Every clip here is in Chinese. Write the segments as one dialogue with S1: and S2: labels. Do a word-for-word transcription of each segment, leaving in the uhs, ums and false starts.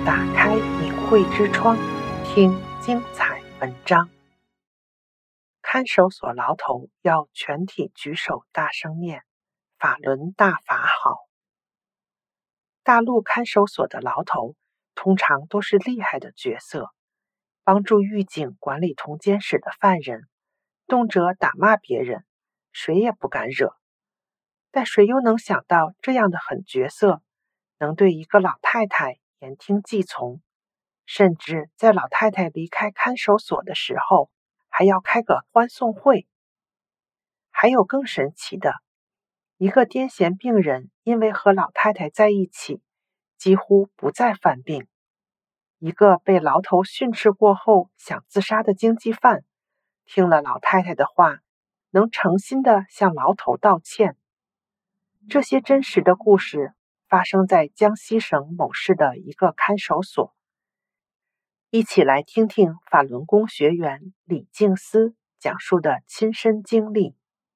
S1: 打开敏慧之窗，听精彩文章。看守所牢头要全体举手大声念法轮大法好。大陆看守所的牢头通常都是厉害的角色，帮助狱警管理同监室的犯人，动辄打骂别人，谁也不敢惹。但谁又能想到这样的狠角色能对一个老太太言听计从，甚至在老太太离开看守所的时候还要开个欢送会。还有更神奇的，一个癫痫病人因为和老太太在一起几乎不再犯病，一个被牢头训斥过后想自杀的经济犯听了老太太的话，能诚心地向牢头道歉。这些真实的故事发生在江西省某市的一个看守所。一起来听听法轮功学员李静思讲述的亲身经历。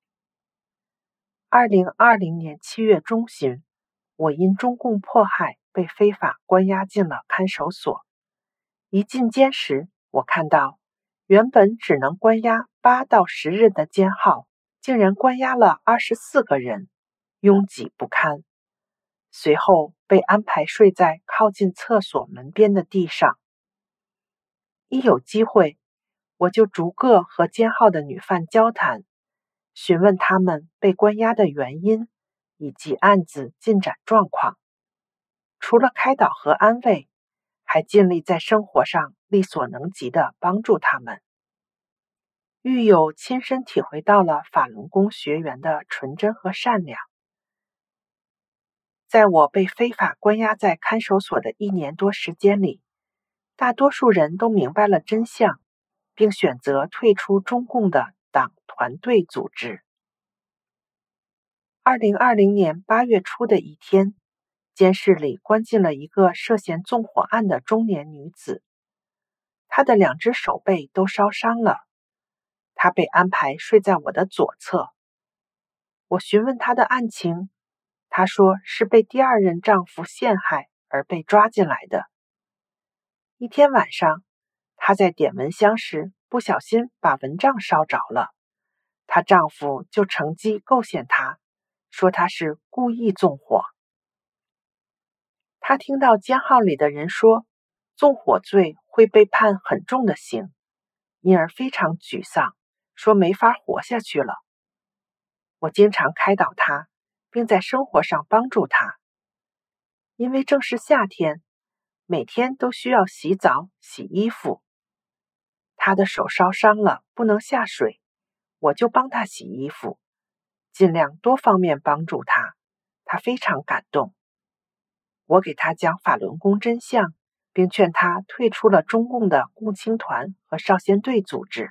S1: 二零二零年七月中旬，我因中共迫害被非法关押进了看守所。一进监时，我看到原本只能关押八到十人的监号，竟然关押了二十四个人，拥挤不堪。随后被安排睡在靠近厕所门边的地上。一有机会，我就逐个和监号的女犯交谈，询问他们被关押的原因以及案子进展状况。除了开导和安慰，还尽力在生活上力所能及地帮助他们。狱友亲身体会到了法轮功学员的纯真和善良。在我被非法关押在看守所的一年多时间里，大多数人都明白了真相，并选择退出中共的党团队组织。二零二零年八月初的一天，监室里关进了一个涉嫌纵火案的中年女子，她的两只手背都烧伤了，她被安排睡在我的左侧。我询问她的案情，她说是被第二任丈夫陷害而被抓进来的。一天晚上，她在点蚊香时不小心把蚊帐烧着了，她丈夫就乘机构陷她，说她是故意纵火。她听到监号里的人说纵火罪会被判很重的刑，因而非常沮丧，说没法活下去了。我经常开导她，并在生活上帮助她。因为正是夏天，每天都需要洗澡、洗衣服。她的手烧伤了，不能下水，我就帮她洗衣服，尽量多方面帮助她，她非常感动。我给她讲法轮功真相，并劝她退出了中共的共青团和少先队组织。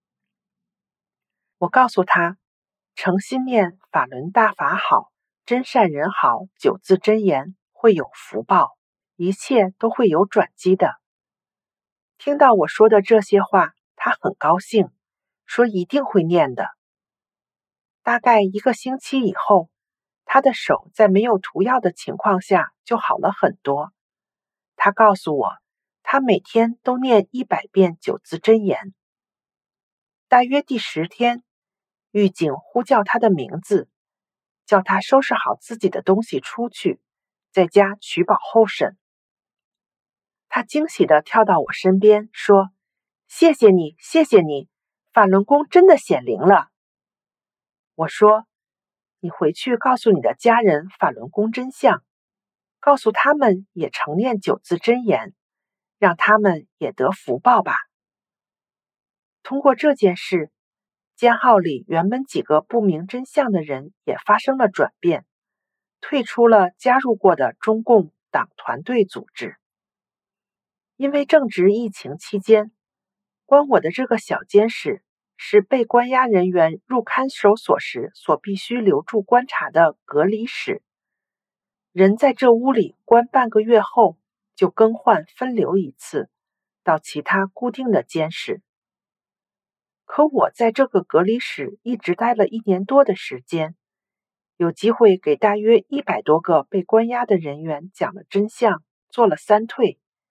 S1: 我告诉她，诚心念法轮大法好，真善人好九字真言会有福报，一切都会有转机的。听到我说的这些话，她很高兴，说一定会念的。大概一个星期以后，她的手在没有涂药的情况下就好了很多。她告诉我，她每天都念一百遍九字真言。大约第十天，狱警呼叫她的名字，叫她收拾好自己的东西出去，在家取保候审。她惊喜地跳到我身边，说：“谢谢你，谢谢你，法轮功真的显灵了。”我说：“你回去告诉你的家人法轮功真相，告诉他们也常念九字真言，让他们也得福报吧。”通过这件事，监号里原本几个不明真相的人也发生了转变，退出了加入过的中共党团队组织。因为正值疫情期间，关我的这个小监室是被关押人员入看守所时所必须留住观察的隔离室。人在这屋里关半个月后，就更换分流一次，到其他固定的监室。可我在这个隔离室一直待了一年多的时间，有机会给大约一百多个被关押的人员讲了真相，做了三退，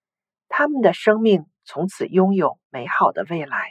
S1: 他们的生命从此拥有美好的未来。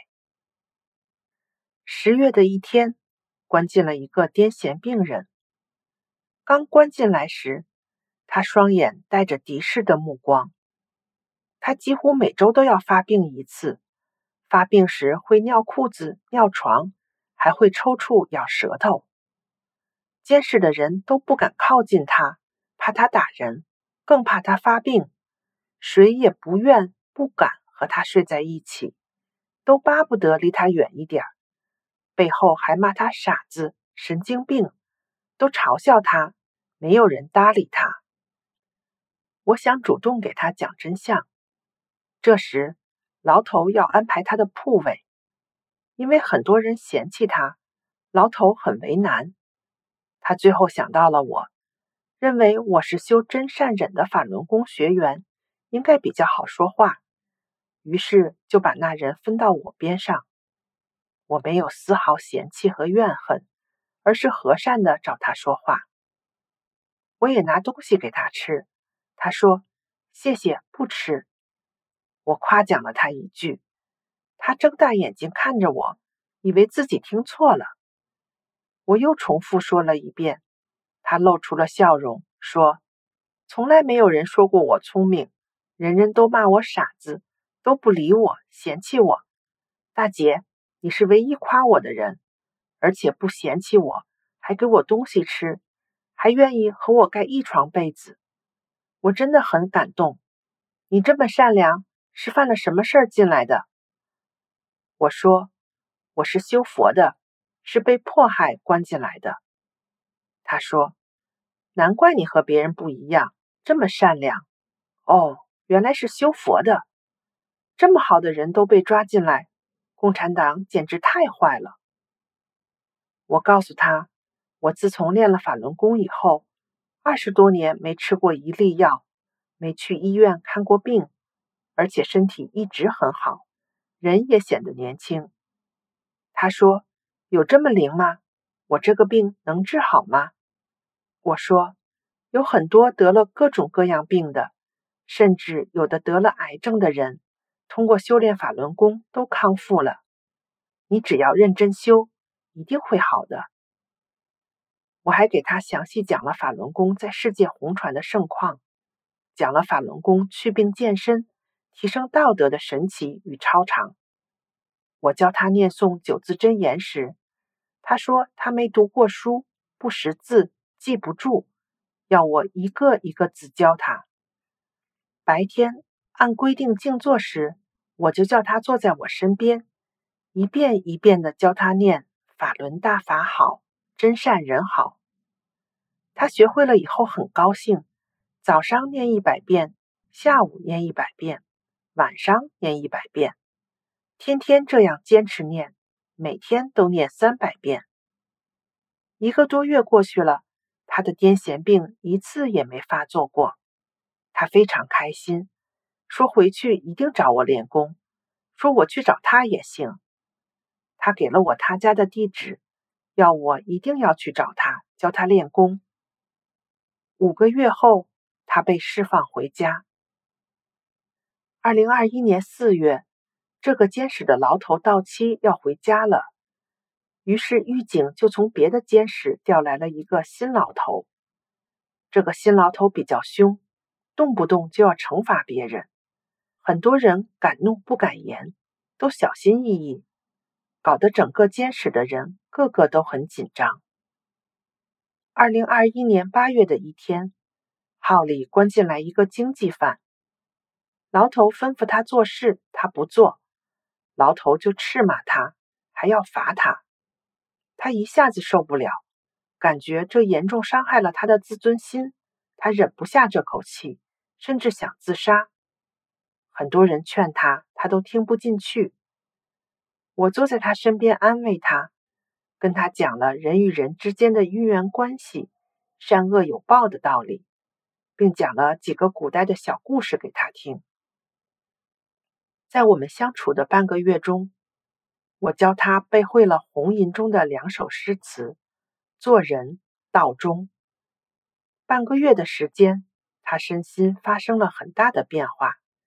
S1: 十月的一天，关进了一个癫痫病人。刚关进来时，他双眼带着敌视的目光。他几乎每周都要发病一次，发病时会尿裤子、尿床，还会抽搐、咬舌头。监视的人都不敢靠近他，怕他打人，更怕他发病。谁也不愿、不敢和他睡在一起，都巴不得离他远一点，背后还骂他傻子、神经病，都嘲笑他，没有人搭理他。我想主动给他讲真相。这时，牢头要安排他的铺位，因为很多人嫌弃他，牢头很为难。他最后想到了我，认为我是修真善忍的法轮功学员，应该比较好说话，于是就把那人分到我边上。我没有丝毫嫌弃和怨恨，而是和善地找他说话。我也拿东西给他吃，他说谢谢，不吃。我夸奖了他一句，他睁大眼睛看着我，以为自己听错了。我又重复说了一遍，他露出了笑容，说从来没有人说过我聪明，人人都骂我傻子，都不理我，嫌弃我。大姐，你是唯一夸我的人，而且不嫌弃我，还给我东西吃，还愿意和我盖一床被子。我真的很感动。你这么善良，是犯了什么事儿进来的？我说，我是修佛的，是被迫害关进来的。他说，难怪你和别人不一样，这么善良。哦，原来是修佛的。这么好的人都被抓进来，共产党简直太坏了。我告诉他，我自从练了法轮功以后，二十多年没吃过一粒药，没去医院看过病，而且身体一直很好，人也显得年轻。他说，有这么灵吗？我这个病能治好吗？我说，有很多得了各种各样病的，甚至有的得了癌症的人，通过修炼法轮功都康复了。你只要认真修，一定会好的。我还给他详细讲了法轮功在世界红传的盛况，讲了法轮功祛病健身、提升道德的神奇与超常。我教他念诵九字真言时，他说他没读过书，不识字，记不住，要我一个一个字教他。白天按规定静坐时，我就叫他坐在我身边，一遍一遍地教他念法轮大法好，真善人好。他学会了以后很高兴，早上念一百遍，下午念一百遍，晚上念一百遍，天天这样坚持念，每天都念三百遍。一个多月过去了，他的癫痫病一次也没发作过。他非常开心，说回去一定找我练功，说我去找他也行。他给了我他家的地址，要我一定要去找他，教他练功。五个月后，他被释放回家。二零二一年四月，这个监室的牢头到期要回家了，于是狱警就从别的监室调来了一个新牢头。这个新牢头比较凶，动不动就要惩罚别人，很多人敢怒不敢言，都小心翼翼，搞得整个监室的人个个都很紧张。二零二一年八月的一天，号里关进来一个经济犯，牢头吩咐他做事，他不做，牢头就斥骂他，还要罚他。他一下子受不了，感觉这严重伤害了他的自尊心，他忍不下这口气，甚至想自杀。很多人劝他，他都听不进去。我坐在他身边安慰他，跟他讲了人与人之间的因缘关系，善恶有报的道理，并讲了几个古代的小故事给他听。在我们相处的半个月中，我教他背会了红吟中的两首诗词，做人道中。半个月的时间，他身心发生了很大的变化，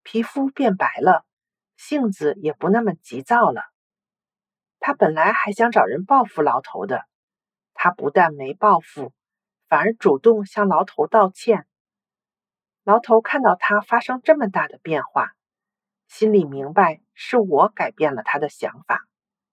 S1: 皮肤变白了，性子也不那么急躁了。他本来还想找人报复牢头的，他不但没报复，反而主动向牢头道歉。牢头看到他发生这么大的变化，心里明白是我改变了他的想法。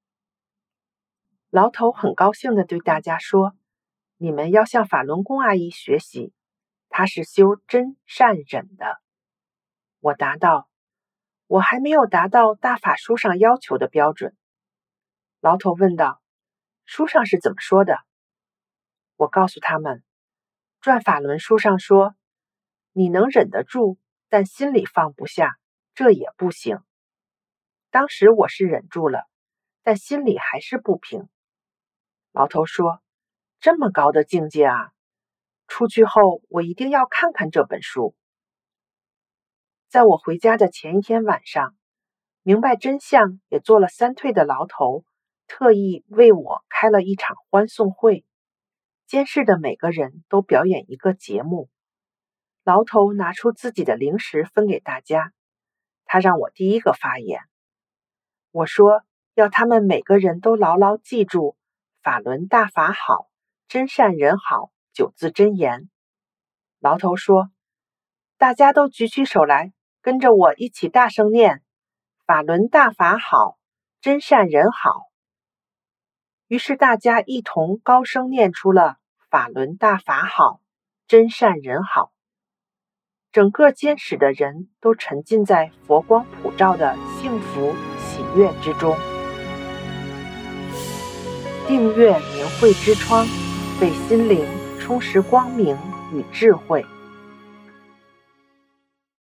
S1: 牢头很高兴地对大家说，你们要向法轮功阿姨学习，她是修真善忍的。我答道，我还没有达到大法书上要求的标准。牢头问道，书上是怎么说的？我告诉他们，转法轮书上说，你能忍得住，但心里放不下，这也不行。当时我是忍住了，但心里还是不平。牢头说，这么高的境界啊，出去后我一定要看看这本书。在我回家的前一天晚上，明白真相也做了三退的牢头特意为我开了一场欢送会，监视的每个人都表演一个节目。牢头拿出自己的零食分给大家，他让我第一个发言。我说要他们每个人都牢牢记住法轮大法好，真善人好九字真言。牢头说，大家都举起手来，跟着我一起大声念，法轮大法好，真善人好。于是大家一同高声念出了法轮大法好，真善人好。整个监室的人都沉浸在佛光普照的幸福喜悦之中。订阅明慧之窗，为心灵充实光明与智慧。